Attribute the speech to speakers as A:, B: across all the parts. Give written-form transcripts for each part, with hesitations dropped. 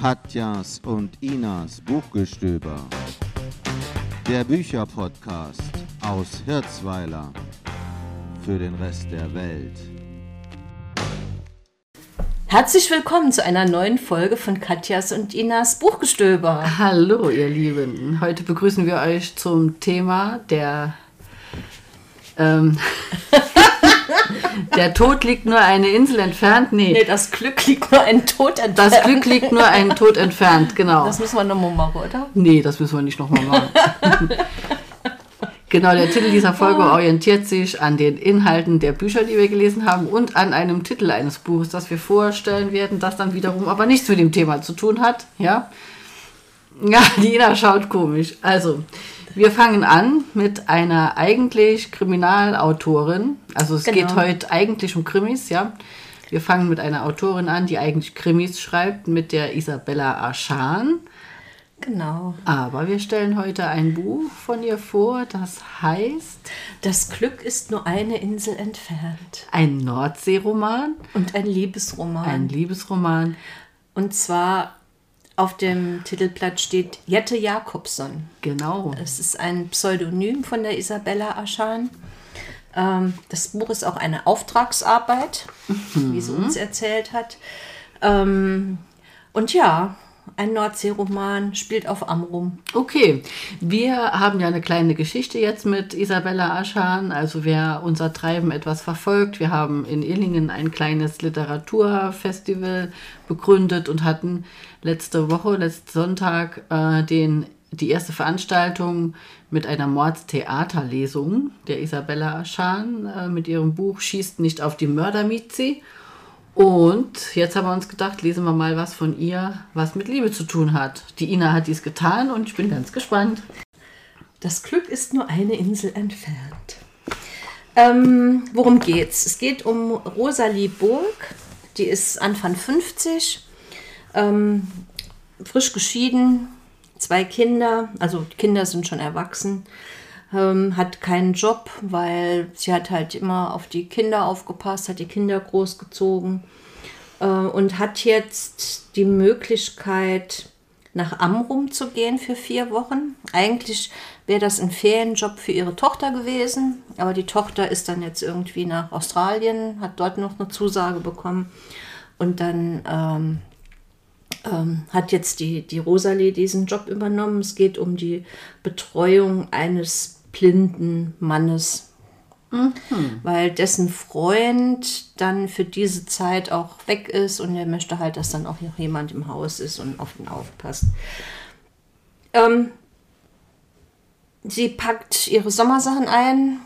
A: Katjas und Inas Buchgestöber. Der Bücherpodcast aus Hirzweiler für den Rest der Welt.
B: Herzlich willkommen zu einer neuen Folge von Katjas und Inas Buchgestöber.
C: Hallo ihr Lieben, heute begrüßen wir euch zum Thema der Tod liegt nur eine Insel entfernt.
B: Nee, das Glück liegt nur ein Tod entfernt.
C: Das Glück liegt nur einen Tod entfernt, genau.
B: Das müssen wir nochmal machen, oder?
C: Nee, das müssen wir nicht nochmal machen. Genau, der Titel dieser Folge orientiert sich an den Inhalten der Bücher, die wir gelesen haben und an einem Titel eines Buches, das wir vorstellen werden, das dann wiederum aber nichts mit dem Thema zu tun hat. Ja, die Ina schaut komisch. Also, wir fangen an mit einer eigentlich Kriminalautorin. Also es geht heute eigentlich um Krimis, ja. Wir fangen mit einer Autorin an, die eigentlich Krimis schreibt, mit der Isabella Aschan.
B: Genau.
C: Aber wir stellen heute ein Buch von ihr vor, das heißt...
B: Das Glück ist nur eine Insel entfernt.
C: Ein Nordseeroman.
B: Und ein Liebesroman.
C: Ein Liebesroman.
B: Und zwar auf dem Titelblatt steht Jette Jakobson.
C: Genau.
B: Es ist ein Pseudonym von der Isabella Aschan. Das Buch ist auch eine Auftragsarbeit, wie sie uns erzählt hat. Und ja... Ein Nordseeroman, spielt auf Amrum.
C: Okay, wir haben ja eine kleine Geschichte jetzt mit Isabella Aschan. Also wer unser Treiben etwas verfolgt, wir haben in Illingen ein kleines Literaturfestival begründet und hatten letzten Sonntag, die erste Veranstaltung mit einer Mordstheaterlesung der Isabella Aschan mit ihrem Buch Schießt nicht auf die Mördermizi. Und jetzt haben wir uns gedacht, lesen wir mal was von ihr, was mit Liebe zu tun hat. Die Ina hat dies getan und ich bin ganz gespannt.
B: Das Glück ist nur eine Insel entfernt. Worum geht's? Es geht um Rosalie Burg. Die ist Anfang 50, frisch geschieden, 2 Kinder, also die Kinder sind schon erwachsen. Hat keinen Job, weil sie hat halt immer auf die Kinder aufgepasst, hat die Kinder großgezogen und hat jetzt die Möglichkeit, nach Amrum zu gehen für 4 Wochen. Eigentlich wäre das ein Ferienjob für ihre Tochter gewesen, aber die Tochter ist dann jetzt irgendwie nach Australien, hat dort noch eine Zusage bekommen und dann hat jetzt die Rosalie diesen Job übernommen. Es geht um die Betreuung eines blinden Mannes, weil dessen Freund dann für diese Zeit auch weg ist und er möchte halt, dass dann auch noch jemand im Haus ist und auf ihn aufpasst. Sie packt ihre Sommersachen ein,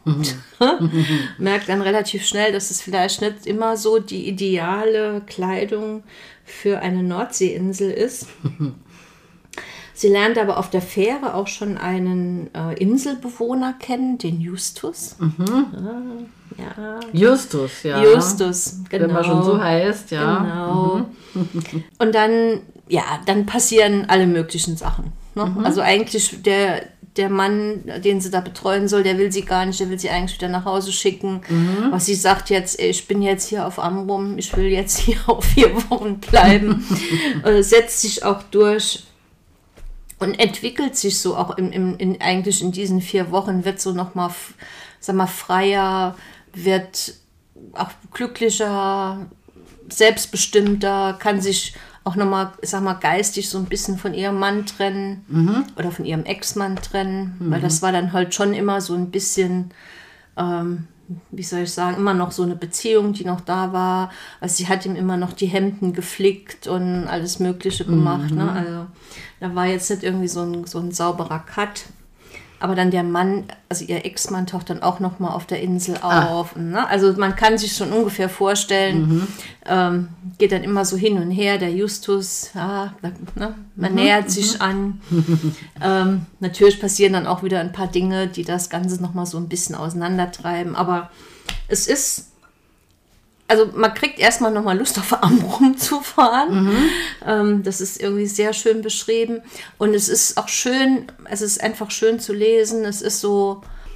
B: merkt dann relativ schnell, dass es vielleicht nicht immer so die ideale Kleidung für eine Nordseeinsel ist. Sie lernt aber auf der Fähre auch schon einen Inselbewohner kennen, den Justus. Ja.
C: Justus, ja.
B: Justus, genau.
C: Wenn man schon so heißt, ja.
B: Genau. Und dann passieren alle möglichen Sachen. Ne? Also eigentlich der Mann, den sie da betreuen soll, der will sie gar nicht, der will sie eigentlich wieder nach Hause schicken. Was sie sagt jetzt, ich bin jetzt hier auf Amrum, ich will jetzt hier auf 4 Wochen bleiben. Setzt sich auch durch. Und entwickelt sich so auch eigentlich in diesen 4 Wochen, wird so nochmal, freier, wird auch glücklicher, selbstbestimmter, kann sich auch nochmal, geistig so ein bisschen von ihrem Mann trennen oder von ihrem Ex-Mann trennen, weil das war dann halt schon immer so ein bisschen, wie soll ich sagen, immer noch so eine Beziehung, die noch da war. Also sie hat ihm immer noch die Hemden geflickt und alles Mögliche gemacht. Ne? Also da war jetzt nicht irgendwie so ein sauberer Cut. Aber dann der Mann, also ihr Ex-Mann, taucht dann auch noch mal auf der Insel auf. Ne? Also man kann sich schon ungefähr vorstellen, geht dann immer so hin und her, der Justus, man nähert sich an. Natürlich passieren dann auch wieder ein paar Dinge, die das Ganze noch mal so ein bisschen auseinandertreiben. Aber es ist, also man kriegt erstmal noch mal Lust auf Amrum zu fahren. Das ist irgendwie sehr schön beschrieben. Und es ist auch schön, es ist einfach schön zu lesen. Es ist so,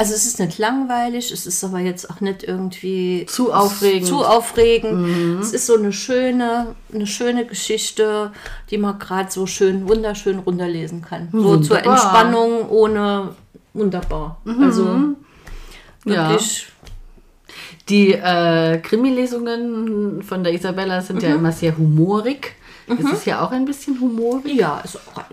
B: Also es ist nicht langweilig, es ist aber jetzt auch nicht irgendwie
C: Zu aufregend.
B: Es ist so eine schöne Geschichte, die man gerade so wunderschön runterlesen kann. So zur Entspannung ohne wunderbar. Also wirklich.
C: Die Krimi-Lesungen von der Isabella sind ja immer sehr humorig. Ist es ja auch ein bisschen humorig?
B: Ja, ist auch,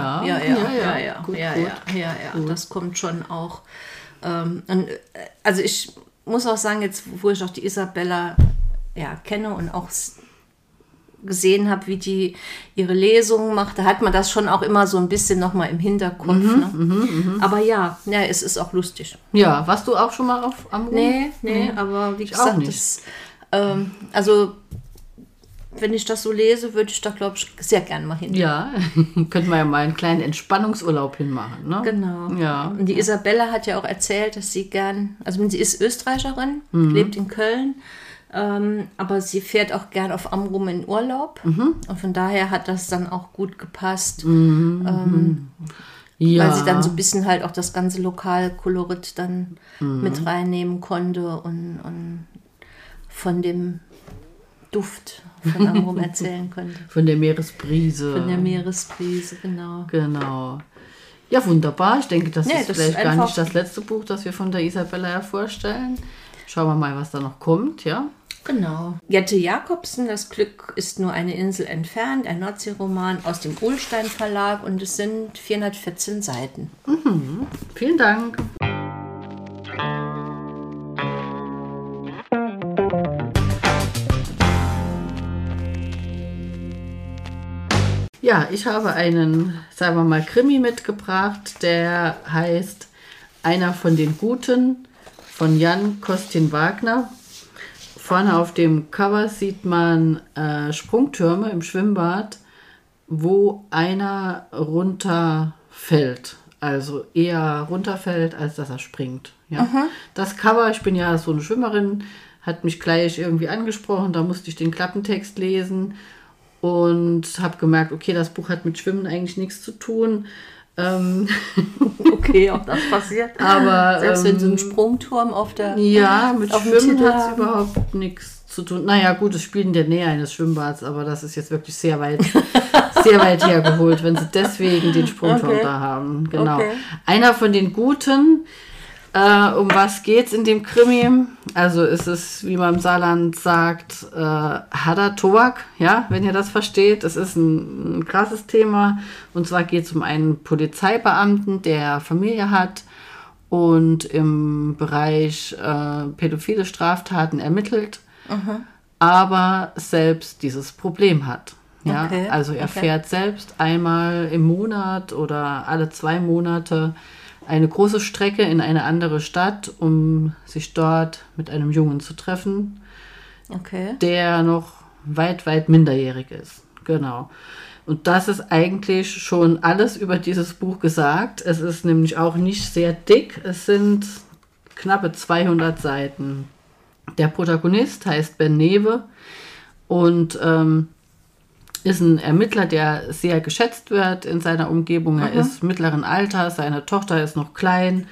B: das kommt schon auch. Also ich muss auch sagen, jetzt wo ich auch die Isabella kenne und auch gesehen habe, wie die ihre Lesungen macht, da hat man das schon auch immer so ein bisschen nochmal im Hinterkopf. Aber es ist auch lustig.
C: Ja, warst du auch schon mal auf Amrum?
B: Nee, aber wie gesagt, also wenn ich das so lese, würde ich da, glaube ich, sehr gern mal hin.
C: Ja, könnten wir ja mal einen kleinen Entspannungsurlaub hinmachen, ne?
B: Genau.
C: Ja.
B: Und die Isabella hat ja auch erzählt, dass sie sie ist Österreicherin, lebt in Köln, aber sie fährt auch gern auf Amrum in Urlaub. Und von daher hat das dann auch gut gepasst, weil sie dann so ein bisschen halt auch das ganze Lokalkolorit dann mit reinnehmen konnte und von dem Duft von Amrum erzählen könnte.
C: Von der Meeresbrise.
B: Genau.
C: Genau. Ja, wunderbar. Ich denke, das ist vielleicht gar nicht das letzte Buch, das wir von der Isabella vorstellen. Schauen wir mal, was da noch kommt, ja?
B: Genau. Jette Jakobsen, Das Glück ist nur eine Insel entfernt, ein Nordseeroman aus dem Ullstein Verlag und es sind 414 Seiten.
C: Vielen Dank. Ja, ich habe einen, sagen wir mal, Krimi mitgebracht, der heißt Einer von den Guten von Jan Kostin-Wagner. Vorne auf dem Cover sieht man Sprungtürme im Schwimmbad, wo einer runterfällt. Also eher runterfällt, als dass er springt. Ja. Das Cover, ich bin ja so eine Schwimmerin, hat mich gleich irgendwie angesprochen. Da musste ich den Klappentext lesen. Und habe gemerkt, okay, das Buch hat mit Schwimmen eigentlich nichts zu tun.
B: Okay, auch das passiert.
C: Aber
B: selbst wenn so ein Sprungturm auf der
C: mit Schwimmen hat es überhaupt nichts zu tun. Naja, gut, es spielt in der Nähe eines Schwimmbads, aber das ist jetzt wirklich sehr weit hergeholt, wenn sie deswegen den Sprungturm da haben. Genau. Okay. Einer von den Guten. Um was geht's in dem Krimi? Also ist es, wie man im Saarland sagt, harter Tobak, ja, wenn ihr das versteht. Es ist ein krasses Thema. Und zwar geht es um einen Polizeibeamten, der Familie hat und im Bereich pädophile Straftaten ermittelt, aber selbst dieses Problem hat. Ja? Okay. Also er fährt selbst einmal im Monat oder alle 2 Monate eine große Strecke in eine andere Stadt, um sich dort mit einem Jungen zu treffen, der noch weit, weit minderjährig ist. Genau. Und das ist eigentlich schon alles über dieses Buch gesagt. Es ist nämlich auch nicht sehr dick. Es sind knappe 200 Seiten. Der Protagonist heißt Ben Newe und ist ein Ermittler, der sehr geschätzt wird in seiner Umgebung. Er ist mittleren Alters, seine Tochter ist noch klein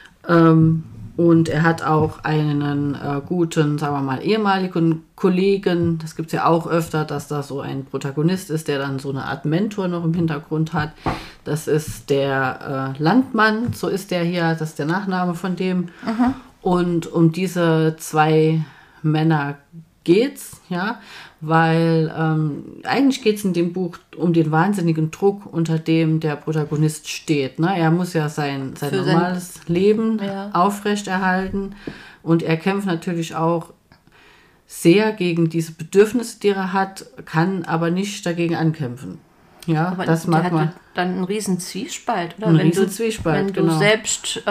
C: und er hat auch einen guten, sagen wir mal, ehemaligen Kollegen. Das gibt es ja auch öfter, dass da so ein Protagonist ist, der dann so eine Art Mentor noch im Hintergrund hat. Das ist der Landmann, so ist der hier, das ist der Nachname von dem. Und um diese 2 Männer geht's, ja, weil eigentlich geht es in dem Buch um den wahnsinnigen Druck, unter dem der Protagonist steht. Ne? Er muss ja sein normales Leben aufrechterhalten und er kämpft natürlich auch sehr gegen diese Bedürfnisse, die er hat, kann aber nicht dagegen ankämpfen. Ja,
B: aber
C: das mag man.
B: Dann einen riesen Zwiespalt, oder?
C: Wenn du
B: selbst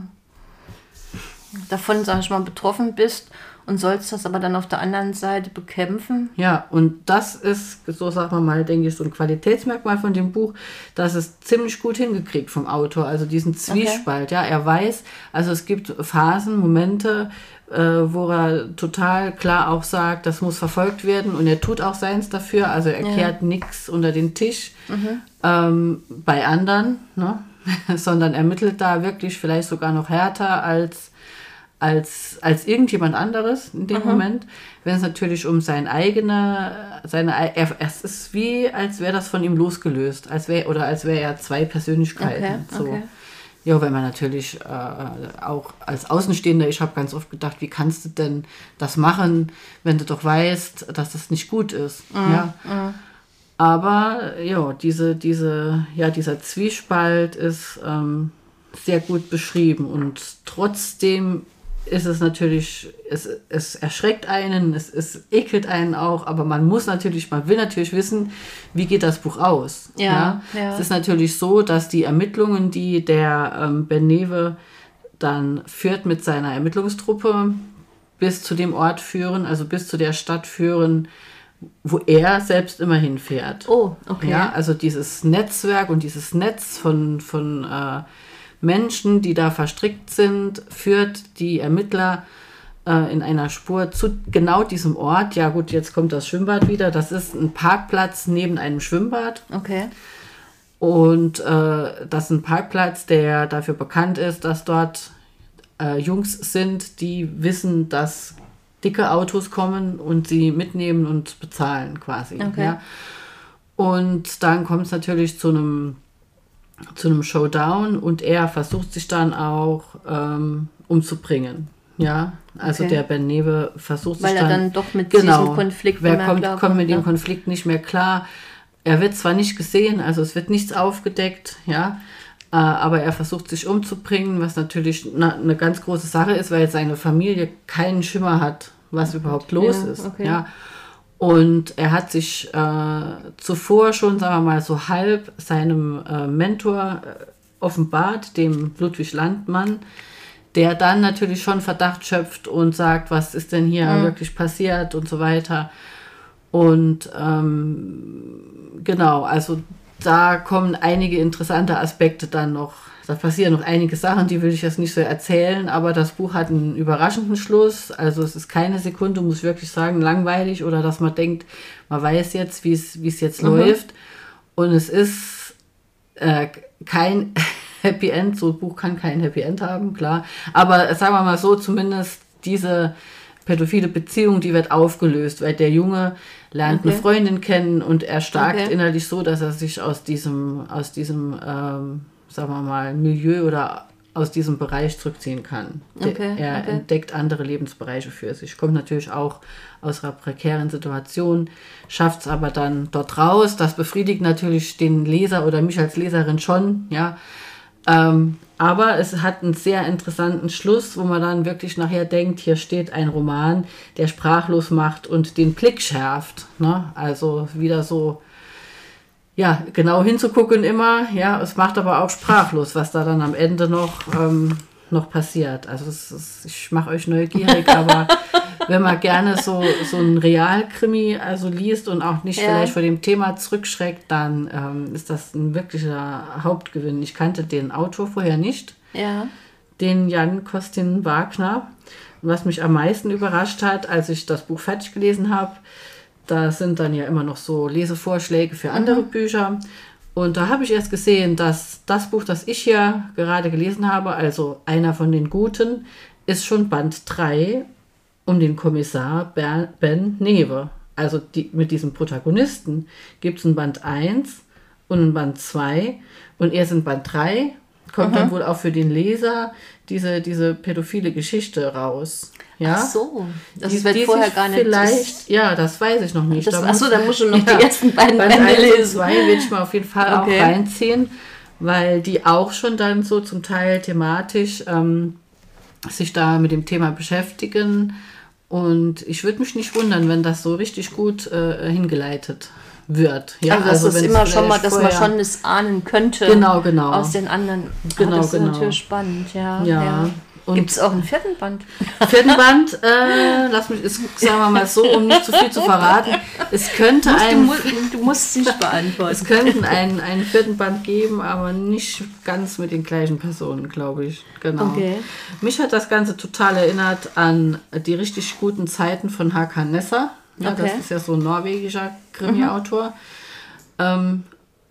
B: davon, sag ich mal, betroffen bist und sollst das aber dann auf der anderen Seite bekämpfen.
C: Ja, und das ist, so sagen wir mal, denke ich, so ein Qualitätsmerkmal von dem Buch, dass es ziemlich gut hingekriegt vom Autor, also diesen Zwiespalt. Ja, er weiß, also es gibt Phasen, Momente, wo er total klar auch sagt, das muss verfolgt werden und er tut auch seins dafür, also er kehrt nichts unter den Tisch bei anderen, ne? sondern ermittelt da wirklich vielleicht sogar noch härter als irgendjemand anderes in dem Moment. Wenn es natürlich um es ist wie, als wäre das von ihm losgelöst, als wäre er zwei Persönlichkeiten.
B: Okay.
C: Ja, wenn man natürlich auch als Außenstehender, ich habe ganz oft gedacht, wie kannst du denn das machen, wenn du doch weißt, dass das nicht gut ist. Ja. Aber ja, dieser Zwiespalt ist sehr gut beschrieben und trotzdem ist es natürlich, es erschreckt einen, es ekelt einen auch, aber man will natürlich wissen, wie geht das Buch aus. Ja. Es ist natürlich so, dass die Ermittlungen, die der Ben Neve dann führt mit seiner Ermittlungstruppe, bis zu dem Ort führen, also bis zu der Stadt führen, wo er selbst immer hinfährt.
B: Oh, okay.
C: Ja, also dieses Netzwerk und dieses Netz von Menschen, die da verstrickt sind, führt die Ermittler in einer Spur zu genau diesem Ort. Ja gut, jetzt kommt das Schwimmbad wieder. Das ist ein Parkplatz neben einem Schwimmbad.
B: Okay.
C: Und das ist ein Parkplatz, der dafür bekannt ist, dass dort Jungs sind, die wissen, dass dicke Autos kommen und sie mitnehmen und bezahlen quasi.
B: Okay.
C: Ja. Und dann kommt es natürlich zu einem Showdown und er versucht sich dann auch umzubringen. Ja, also der Ben Neve versucht sich dann...
B: Weil er dann doch mit diesem Konflikt
C: nicht mehr klar kommt mit dem Konflikt nicht mehr klar. Er wird zwar nicht gesehen, also es wird nichts aufgedeckt, ja, aber er versucht sich umzubringen, was natürlich eine ganz große Sache ist, weil seine Familie keinen Schimmer hat, was überhaupt los ist.
B: Okay.
C: Ja. Und er hat sich zuvor schon, sagen wir mal, so halb seinem Mentor offenbart, dem Ludwig Landmann, der dann natürlich schon Verdacht schöpft und sagt, was ist denn hier wirklich passiert und so weiter. Und genau, also da kommen einige interessante Aspekte dann noch. Da passieren noch einige Sachen, die will ich jetzt nicht so erzählen, aber das Buch hat einen überraschenden Schluss. Also es ist keine Sekunde, muss ich wirklich sagen, langweilig oder dass man denkt, man weiß jetzt, wie es jetzt läuft. Und es ist kein Happy End. So ein Buch kann kein Happy End haben, klar. Aber sagen wir mal so, zumindest diese pädophile Beziehung, die wird aufgelöst, weil der Junge lernt eine Freundin kennen und erstarkt innerlich so, dass er sich aus diesem sagen wir mal, Milieu oder aus diesem Bereich zurückziehen kann. Er entdeckt andere Lebensbereiche für sich. Kommt natürlich auch aus einer prekären Situation, schafft es aber dann dort raus. Das befriedigt natürlich den Leser oder mich als Leserin schon, ja. Aber es hat einen sehr interessanten Schluss, wo man dann wirklich nachher denkt, hier steht ein Roman, der sprachlos macht und den Blick schärft. Ne? Also wieder so, ja, genau hinzugucken immer. Ja, es macht aber auch sprachlos, was da dann am Ende noch passiert. Also ich mache euch neugierig, aber wenn man gerne so ein Realkrimi also liest und auch nicht vielleicht vor dem Thema zurückschreckt, dann ist das ein wirklicher Hauptgewinn. Ich kannte den Autor vorher nicht, den Jan Kostin Wagner. Und was mich am meisten überrascht hat, als ich das Buch fertig gelesen habe, da sind dann ja immer noch so Lesevorschläge für andere Bücher. Und da habe ich erst gesehen, dass das Buch, das ich hier gerade gelesen habe, also einer von den Guten, ist schon Band 3 um den Kommissar Ben Neve. Also mit diesem Protagonisten gibt es einen Band 1 und einen Band 2 und erst in Band 3 kommt dann wohl auch für den Leser diese pädophile Geschichte raus. Ja?
B: Ach so, das wird vorher gar nicht...
C: Vielleicht, ja, das weiß ich noch nicht.
B: Da musst du noch die ersten beiden Bände lesen.
C: Band 2 will ich mal auf jeden Fall auch reinziehen, weil die auch schon dann so zum Teil thematisch sich da mit dem Thema beschäftigen. Und ich würde mich nicht wundern, wenn das so richtig gut hingeleitet wird. Ja,
B: also das ist immer schon mal, dass man schon das ahnen könnte.
C: Genau.
B: Aus den anderen. Das ist natürlich spannend, ja. Gibt es auch einen vierten Band?
C: Sagen wir mal so, um nicht zu viel zu verraten. Es könnte
B: du musst es nicht beantworten.
C: Es könnten einen vierten Band geben, aber nicht ganz mit den gleichen Personen, glaube ich. Genau.
B: Okay.
C: Mich hat das Ganze total erinnert an die richtig guten Zeiten von Hakan Nesser. Ja, das ist ja so ein norwegischer Krimi-Autor.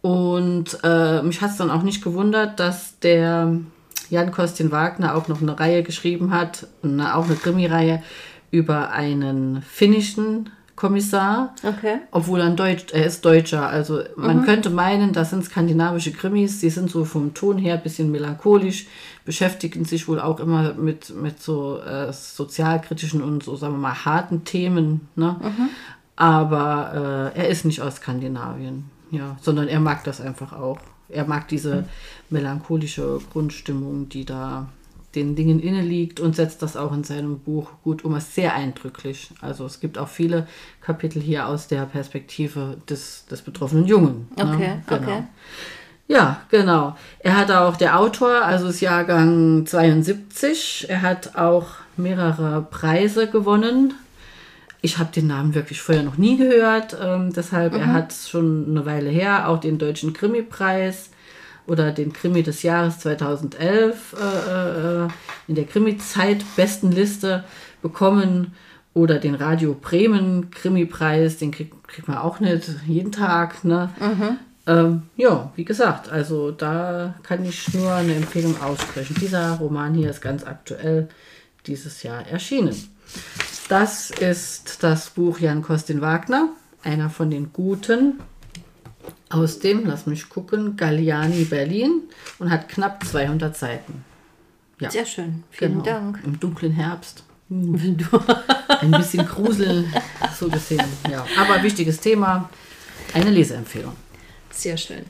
C: Und mich hat es dann auch nicht gewundert, dass der Jan Kostin Wagner auch noch eine Reihe geschrieben hat, auch eine Krimireihe über einen finnischen Kommissar, obwohl er ist Deutscher. Also man könnte meinen, das sind skandinavische Krimis, die sind so vom Ton her ein bisschen melancholisch, beschäftigen sich wohl auch immer mit so sozialkritischen und so, sagen wir mal, harten Themen. Ne? Aber er ist nicht aus Skandinavien, ja, sondern er mag das einfach auch. Er mag diese melancholische Grundstimmung, die da den Dingen inne liegt, und setzt das auch in seinem Buch gut um. Es ist sehr eindrücklich. Also es gibt auch viele Kapitel hier aus der Perspektive des betroffenen Jungen. Ne? Genau. Ja, genau. Er hat auch, der Autor, also ist Jahrgang 72, er hat auch mehrere Preise gewonnen. Ich habe den Namen wirklich vorher noch nie gehört, deshalb, er hat schon eine Weile her auch den Deutschen Krimi-Preis oder den Krimi des Jahres 2011 in der Krimi-Zeit-Bestenliste bekommen oder den Radio Bremen Krimi-Preis, den kriegt man auch nicht jeden Tag. Ne? Ja, wie gesagt, also da kann ich nur eine Empfehlung aussprechen. Dieser Roman hier ist ganz aktuell dieses Jahr erschienen. Das ist das Buch Jan Kostin Wagner, einer von den Guten, aus dem, lass mich gucken, Galliani Berlin, und hat knapp 200 Seiten. Ja.
B: Sehr schön, vielen Dank.
C: Im dunklen Herbst. Ein bisschen Grusel, so gesehen. Ja. Aber wichtiges Thema, eine Leseempfehlung.
B: Sehr schön.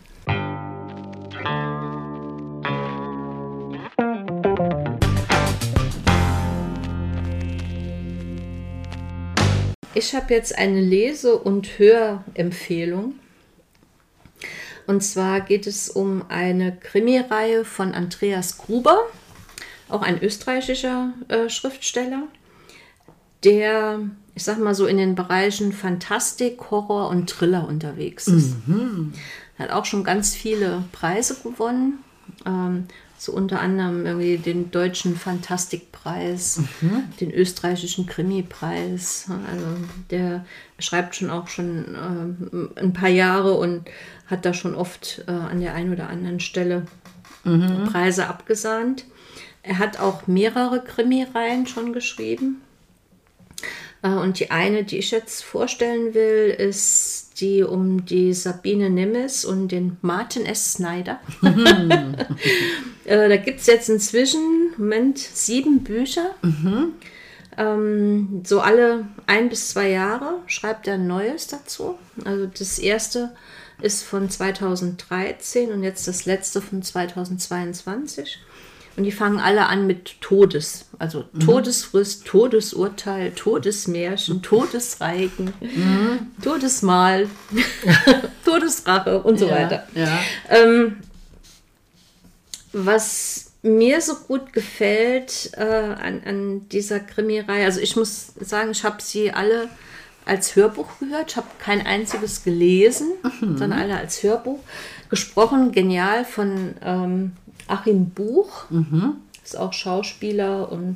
B: Ich habe jetzt eine Lese- und Hörempfehlung. Und zwar geht es um eine Krimireihe von Andreas Gruber, auch ein österreichischer Schriftsteller, der, ich sag mal so, in den Bereichen Fantastik, Horror und Thriller unterwegs ist. Er hat auch schon ganz viele Preise gewonnen, so unter anderem irgendwie den deutschen Fantastikpreis, den österreichischen Krimipreis. Also der schreibt schon ein paar Jahre und hat da schon oft an der einen oder anderen Stelle Preise abgesahnt. Er hat auch mehrere Krimireihen schon geschrieben. Und die eine, die ich jetzt vorstellen will, ist die um die Sabine Nemes und den Martin S. Snyder. Da gibt es jetzt inzwischen, 7 Bücher. So alle 1 bis 2 Jahre schreibt er ein Neues dazu. Also das erste ist von 2013 und jetzt das letzte von 2022. Und die fangen alle an mit Todes. Also Todesfrist, Todesurteil, Todesmärchen, Todesreigen, Todesmahl, Todesrache und so weiter. Ja. Was mir so gut gefällt an dieser Krimireihe, also ich muss sagen, ich habe sie alle als Hörbuch gehört. Ich habe kein einziges gelesen, sondern alle als Hörbuch. Gesprochen, genial, von Achim Buch, ist auch Schauspieler und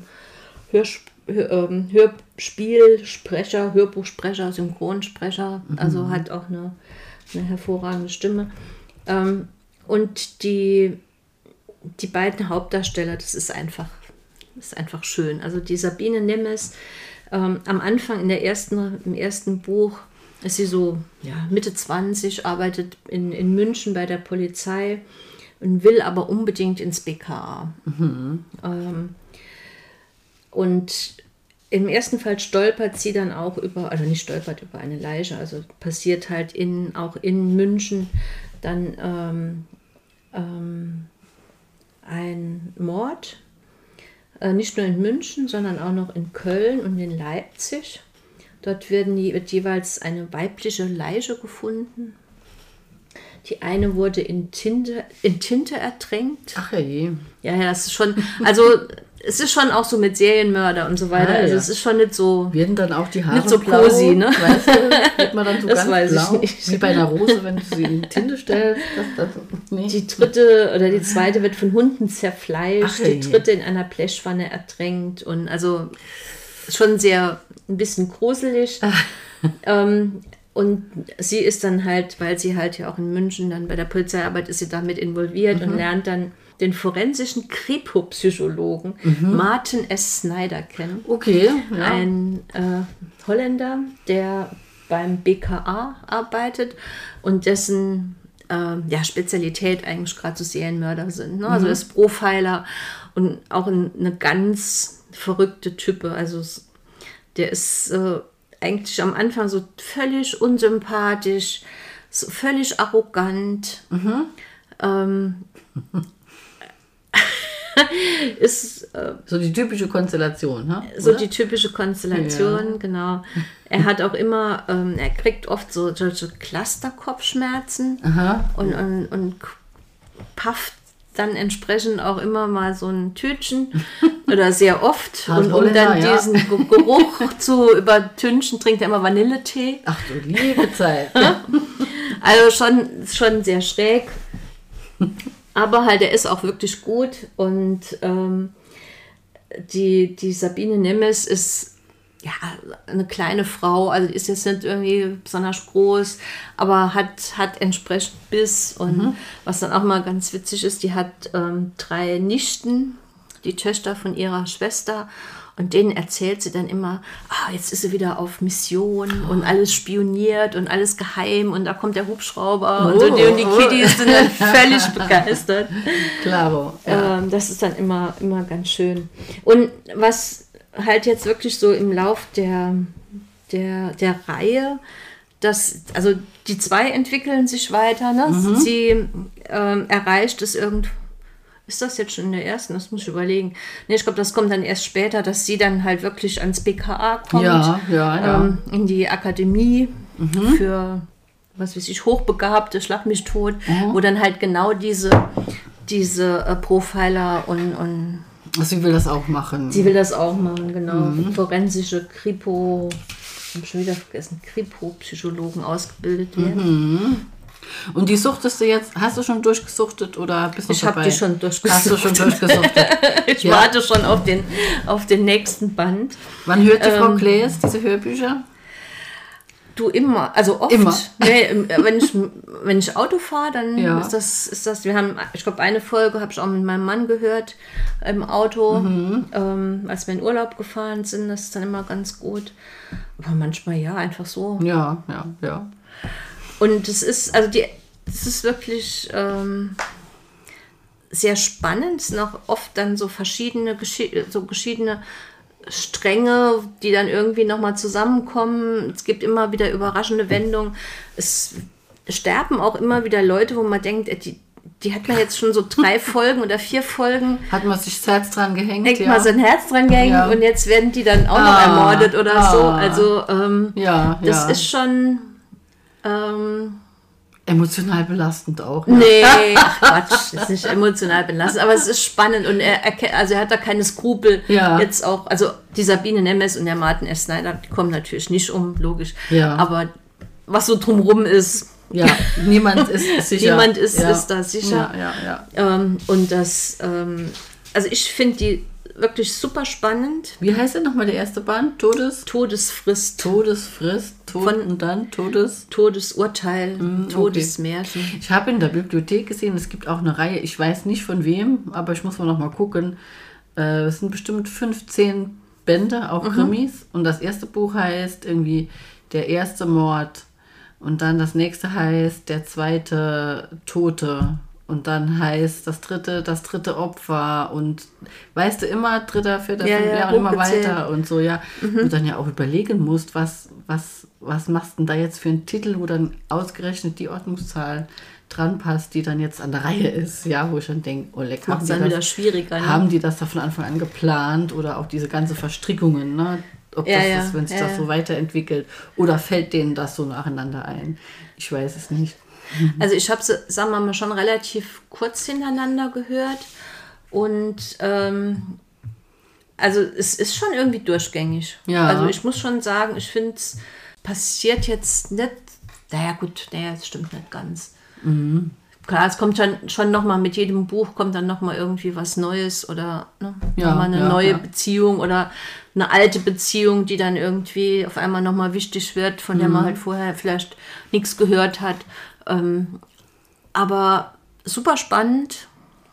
B: Hörspielsprecher, Hörbuchsprecher, Synchronsprecher, also hat auch eine hervorragende Stimme. Und die beiden Hauptdarsteller, das ist einfach schön. Also die Sabine Nemes, am Anfang im ersten Buch ist sie so Mitte 20, arbeitet in München bei der Polizei und will aber unbedingt ins BKA. Und im ersten Fall stolpert sie dann auch über eine Leiche, also passiert halt auch in München dann ein Mord, nicht nur in München, sondern auch noch in Köln und in Leipzig. Dort wird jeweils eine weibliche Leiche gefunden. Die eine wurde in Tinte ertränkt. Ach je. Ja, das ist schon, also es ist schon auch so mit Serienmörder und so weiter. Ah, also es ist schon nicht so.
C: Werden dann auch die Haare
B: nicht so blau, cozy, ne?
C: Weißt du, wird man dann so
B: das
C: ganz
B: weiß
C: blau?
B: Ich nicht.
C: Wie bei einer Rose, wenn du sie in Tinte stellst.
B: Die dritte oder die zweite wird von Hunden zerfleischt. Die dritte in einer Blechpfanne ertränkt. Und also schon ein bisschen gruselig. Und sie ist dann halt, weil sie halt ja auch in München dann bei der Polizeiarbeit ist sie damit involviert und lernt dann den forensischen Kripo-Psychologen Martin S. Snyder kennen.
C: Okay, ja.
B: Ein Holländer, der beim BKA arbeitet und dessen Spezialität eigentlich gerade so Serienmörder sind. Ne? Also ist Profiler und auch eine ganz verrückte Type. Also der ist eigentlich am Anfang so völlig unsympathisch, so völlig arrogant. Ist
C: so die typische Konstellation, ne?
B: So die typische Konstellation, genau. Er hat auch immer, er kriegt oft so Clusterkopfschmerzen und pafft dann entsprechend auch immer mal so ein Tütchen oder sehr oft. Und um dann diesen Geruch zu übertünchen, trinkt er immer Vanilletee.
C: Ach du liebe Zeit.
B: Also schon sehr schräg. Aber halt, er ist auch wirklich gut. Und die Sabine Nemes ist ja eine kleine Frau, also ist jetzt nicht irgendwie besonders groß, aber hat entsprechend Biss. Und was dann auch mal ganz witzig ist, die hat 3 Nichten, die Töchter von ihrer Schwester. Und denen erzählt sie dann immer, jetzt ist sie wieder auf Mission und alles spioniert und alles geheim und da kommt der Hubschrauber und so. Und die Kiddies sind dann völlig begeistert.
C: Klaro. Ja.
B: Das ist dann immer ganz schön. Und was halt jetzt wirklich so im Lauf der Reihe, also die 2 entwickeln sich weiter. Ne? Sie erreicht es irgendwie. Ist das jetzt schon in der ersten? Das muss ich überlegen. Nee, ich glaube, das kommt dann erst später, dass sie dann halt wirklich ans BKA kommt.
C: Ja.
B: In die Akademie für, was weiß ich, Hochbegabte, Schlag mich tot, wo dann halt genau diese Profiler und
C: sie will das auch machen.
B: Sie will das auch machen, genau. Forensische Kripo, ich habe schon wieder vergessen, Kripo-Psychologen ausgebildet werden.
C: Und die suchtest du jetzt, hast du schon durchgesuchtet oder bist du
B: ich
C: dabei?
B: Ich habe die schon durchgesuchtet.
C: Hast du schon durchgesuchtet?
B: Ich warte schon auf den nächsten Band.
C: Wann hört die Frau Klaes diese Hörbücher?
B: Du immer, also oft.
C: Immer.
B: Nee, wenn ich Auto fahre, dann ist das, wir haben, ich glaube, eine Folge habe ich auch mit meinem Mann gehört im Auto, als wir in Urlaub gefahren sind, das ist dann immer ganz gut. Aber manchmal einfach so.
C: Ja.
B: Und es ist wirklich sehr spannend. Es sind auch oft dann so verschiedene Stränge, die dann irgendwie nochmal zusammenkommen. Es gibt immer wieder überraschende Wendungen. Es sterben auch immer wieder Leute, wo man denkt, die hat man jetzt schon so 3 Folgen oder 4 Folgen.
C: Hat man sich das Herz dran gehängt?
B: Hat man sein Herz dran gehängt und jetzt werden die dann auch noch ermordet oder so. Also das ist schon
C: emotional belastend auch.
B: Ja. Nee, Quatsch, das ist nicht emotional belastend, aber es ist spannend und er hat da keine Skrupel. Jetzt auch, also die Sabine Nemes und der Martin S. Snyder, die kommen natürlich nicht logisch. Aber was so drumrum ist.
C: Ja, niemand ist sicher.
B: Niemand ist da sicher.
C: Ja.
B: Und das, also ich finde die wirklich super spannend.
C: Wie heißt denn nochmal der erste Band?
B: Todesfrist.
C: Und dann
B: Todesurteil, Todesmärchen.
C: Okay. Ich habe in der Bibliothek gesehen, es gibt auch eine Reihe, ich weiß nicht von wem, aber ich muss mal noch mal gucken. Es sind bestimmt 15 Bände, auch Krimis. Und das erste Buch heißt irgendwie Der erste Mord. Und dann das nächste heißt Der zweite Tote. Und dann heißt das dritte Opfer und weißt du, immer dritter, vierter, fünfter und immer weiter und so, Und dann ja auch überlegen musst, was machst du denn da jetzt für einen Titel, wo dann ausgerechnet die Ordnungszahl dran passt, die dann jetzt an der Reihe ist, wo ich dann denke, oh leck,
B: macht es dann wieder schwieriger. Ne?
C: Haben die das da von Anfang an geplant oder auch diese ganze Verstrickungen, ne? Ob das ist, wenn sich das so weiterentwickelt oder fällt denen das so nacheinander ein? Ich weiß es nicht.
B: Also ich habe sie, sagen wir mal, schon relativ kurz hintereinander gehört und also es ist schon irgendwie durchgängig. Also ich muss schon sagen, ich finde, es passiert jetzt nicht, das stimmt nicht ganz. klar, es kommt schon nochmal mit jedem Buch kommt dann nochmal irgendwie was Neues oder nochmal eine neue Beziehung oder eine alte Beziehung, die dann irgendwie auf einmal nochmal wichtig wird, von der man halt vorher vielleicht nichts gehört hat. Aber super spannend,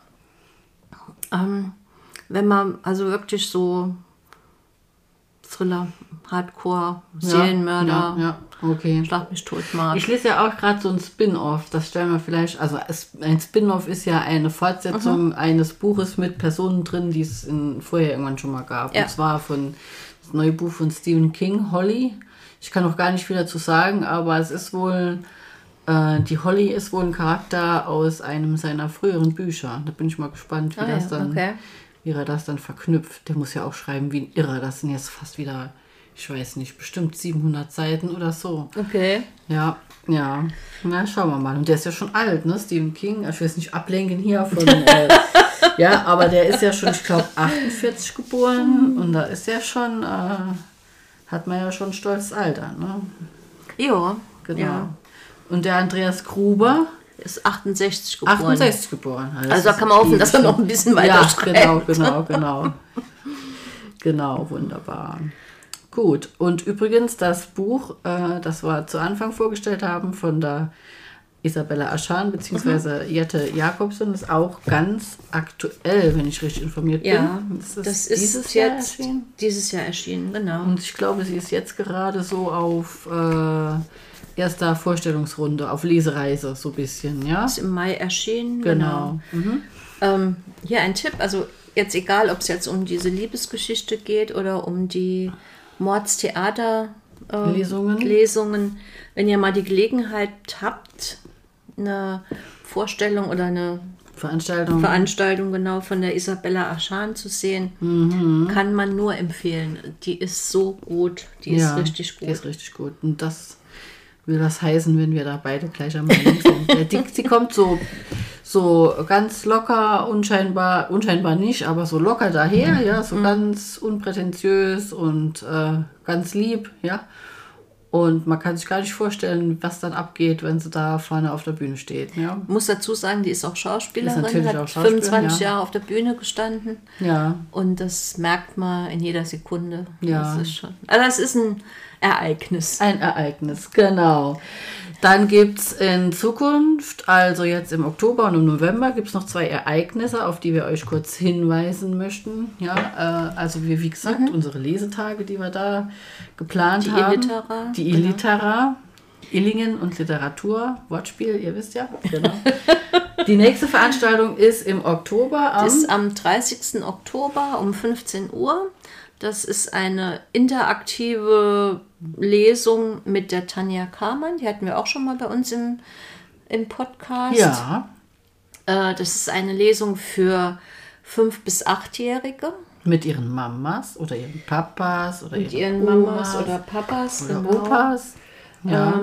B: wenn man also wirklich so Thriller, Hardcore, Seelenmörder,
C: okay.
B: Schlag mich tot mag.
C: Ich lese ja auch gerade so ein Spin-off, das stellen wir vielleicht, also ein Spin-off ist ja eine Fortsetzung eines Buches mit Personen drin, die es vorher irgendwann schon mal gab. Und zwar das neue Buch von Stephen King, Holly. Ich kann noch gar nicht viel dazu sagen, aber es ist wohl, die Holly ist wohl ein Charakter aus einem seiner früheren Bücher. Da bin ich mal gespannt, wie er das dann verknüpft. Der muss ja auch schreiben wie ein Irrer. Das sind jetzt fast wieder, ich weiß nicht, bestimmt 700 Seiten oder so.
B: Okay.
C: Ja. Na, schauen wir mal. Und der ist ja schon alt, ne? Stephen King. Ich will es nicht ablenken hier von... ja, aber der ist ja schon, ich glaube, 48 geboren. Und da ist ja schon... hat man ja schon ein stolzes Alter, ne?
B: Ja.
C: Genau.
B: Ja.
C: Und der Andreas Gruber...
B: ist 68 geboren.
C: 68 geboren.
B: Also da kann man hoffen, dass er noch ein bisschen weiter schreibt.
C: Genau. Genau, wunderbar. Gut, und übrigens das Buch, das wir zu Anfang vorgestellt haben von der Isabella Aschan bzw. Jette Jakobsen, ist auch ganz aktuell, wenn ich richtig informiert bin.
B: Ja, das ist dieses Jahr erschienen, genau.
C: Und ich glaube, sie ist jetzt gerade so auf erster Vorstellungsrunde, auf Lesereise so ein bisschen, ja?
B: Ist im Mai erschienen,
C: genau.
B: Hier ein Tipp, also jetzt egal, ob es jetzt um diese Liebesgeschichte geht oder um die Mordstheater-Lesungen. Wenn ihr mal die Gelegenheit habt, eine Vorstellung oder eine Veranstaltung genau von der Isabella Aschan zu sehen, kann man nur empfehlen. Die ist so gut, die ist richtig gut.
C: Die ist richtig gut. Und das will was heißen, wenn wir da beide gleicher Meinung sind. Sie kommt so ganz locker, unscheinbar nicht, aber so locker daher, ja, so ganz unprätentiös und ganz lieb, ja. Und man kann sich gar nicht vorstellen, was dann abgeht, wenn sie da vorne auf der Bühne steht. Ja.
B: Ich muss dazu sagen, die ist auch Schauspielerin,
C: hat
B: auch 25 Jahre auf der Bühne gestanden.
C: Ja.
B: Und das merkt man in jeder Sekunde.
C: Ja.
B: Das ist schon, also das ist ein Ereignis.
C: Ein Ereignis, genau. Dann gibt es in Zukunft, also jetzt im Oktober und im November, gibt es noch 2 Ereignisse, auf die wir euch kurz hinweisen möchten. Ja, also wie gesagt, unsere Lesetage, die wir da geplant haben. Die Illitera. Illingen und Literatur, Wortspiel, ihr wisst ja. Genau. Die nächste Veranstaltung ist im Oktober.
B: Ist am 30. Oktober um 15 Uhr. Das ist eine interaktive Lesung mit der Tanja Kamann. Die hatten wir auch schon mal bei uns im Podcast.
C: Ja.
B: Das ist eine Lesung für 5- bis 8-Jährige.
C: Mit ihren Mamas oder ihren Papas oder
B: ihren Mamas oder Papas
C: oder Opas. Ja.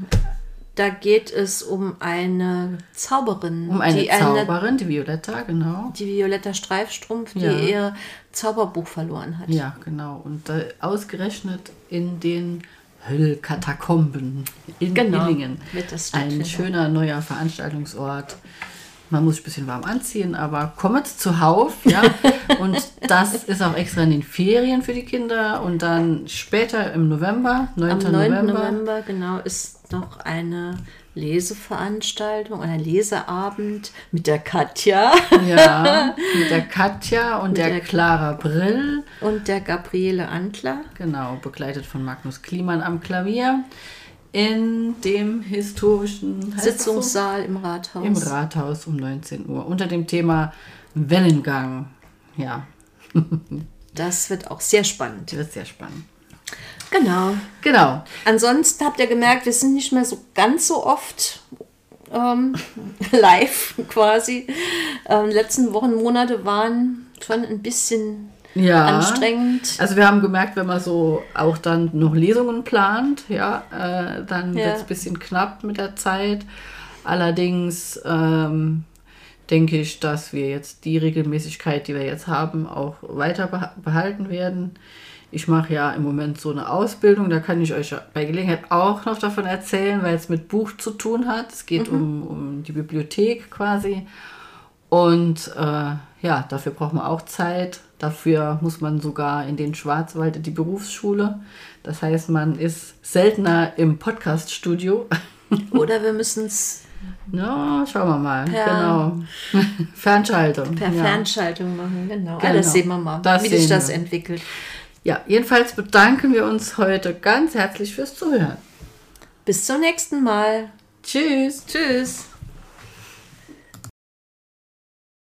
B: Da geht es um eine Zauberin.
C: Die Violetta, genau.
B: Die Violetta Streifstrumpf, die ihr Zauberbuch verloren hat.
C: Ja, genau. Und ausgerechnet in den Höllkatakomben in Illingen. Ein schöner neuer Veranstaltungsort. Man muss sich ein bisschen warm anziehen, aber kommt zuhauf, ja. Und das ist auch extra in den Ferien für die Kinder. Und dann später im November, 9.
B: Am 9. November, genau, ist noch eine Leseveranstaltung, ein Leseabend mit der Katja.
C: Ja, mit der Katja und der Clara Brill.
B: Und der Gabriele Antler.
C: Genau, begleitet von Magnus Kliemann am Klavier. In dem historischen
B: Sitzungssaal im Rathaus.
C: Im Rathaus um 19 Uhr. Unter dem Thema Wellengang. Ja.
B: Das wird auch sehr spannend.
C: Das wird sehr spannend.
B: Genau. Ansonsten habt ihr gemerkt, wir sind nicht mehr so ganz so oft live quasi. Letzten Wochen, Monate waren schon ein bisschen anstrengend.
C: Also wir haben gemerkt, wenn man so auch dann noch Lesungen plant, dann wird es ein bisschen knapp mit der Zeit. Allerdings denke ich, dass wir jetzt die Regelmäßigkeit, die wir jetzt haben, auch weiter behalten werden. Ich mache ja im Moment so eine Ausbildung, da kann ich euch bei Gelegenheit auch noch davon erzählen, weil es mit Buch zu tun hat. Es geht um die Bibliothek quasi. Und dafür braucht man auch Zeit. Dafür muss man sogar in den Schwarzwald, in die Berufsschule. Das heißt, man ist seltener im Podcast-Studio.
B: Oder wir müssen es...
C: Ja, schauen wir mal. Genau. Fernschaltung.
B: Per Fernschaltung machen, genau.
C: Genau.
B: Das sehen wir mal, wie sich das entwickelt.
C: Ja, jedenfalls bedanken wir uns heute ganz herzlich fürs Zuhören.
B: Bis zum nächsten Mal.
C: Tschüss.
B: Tschüss.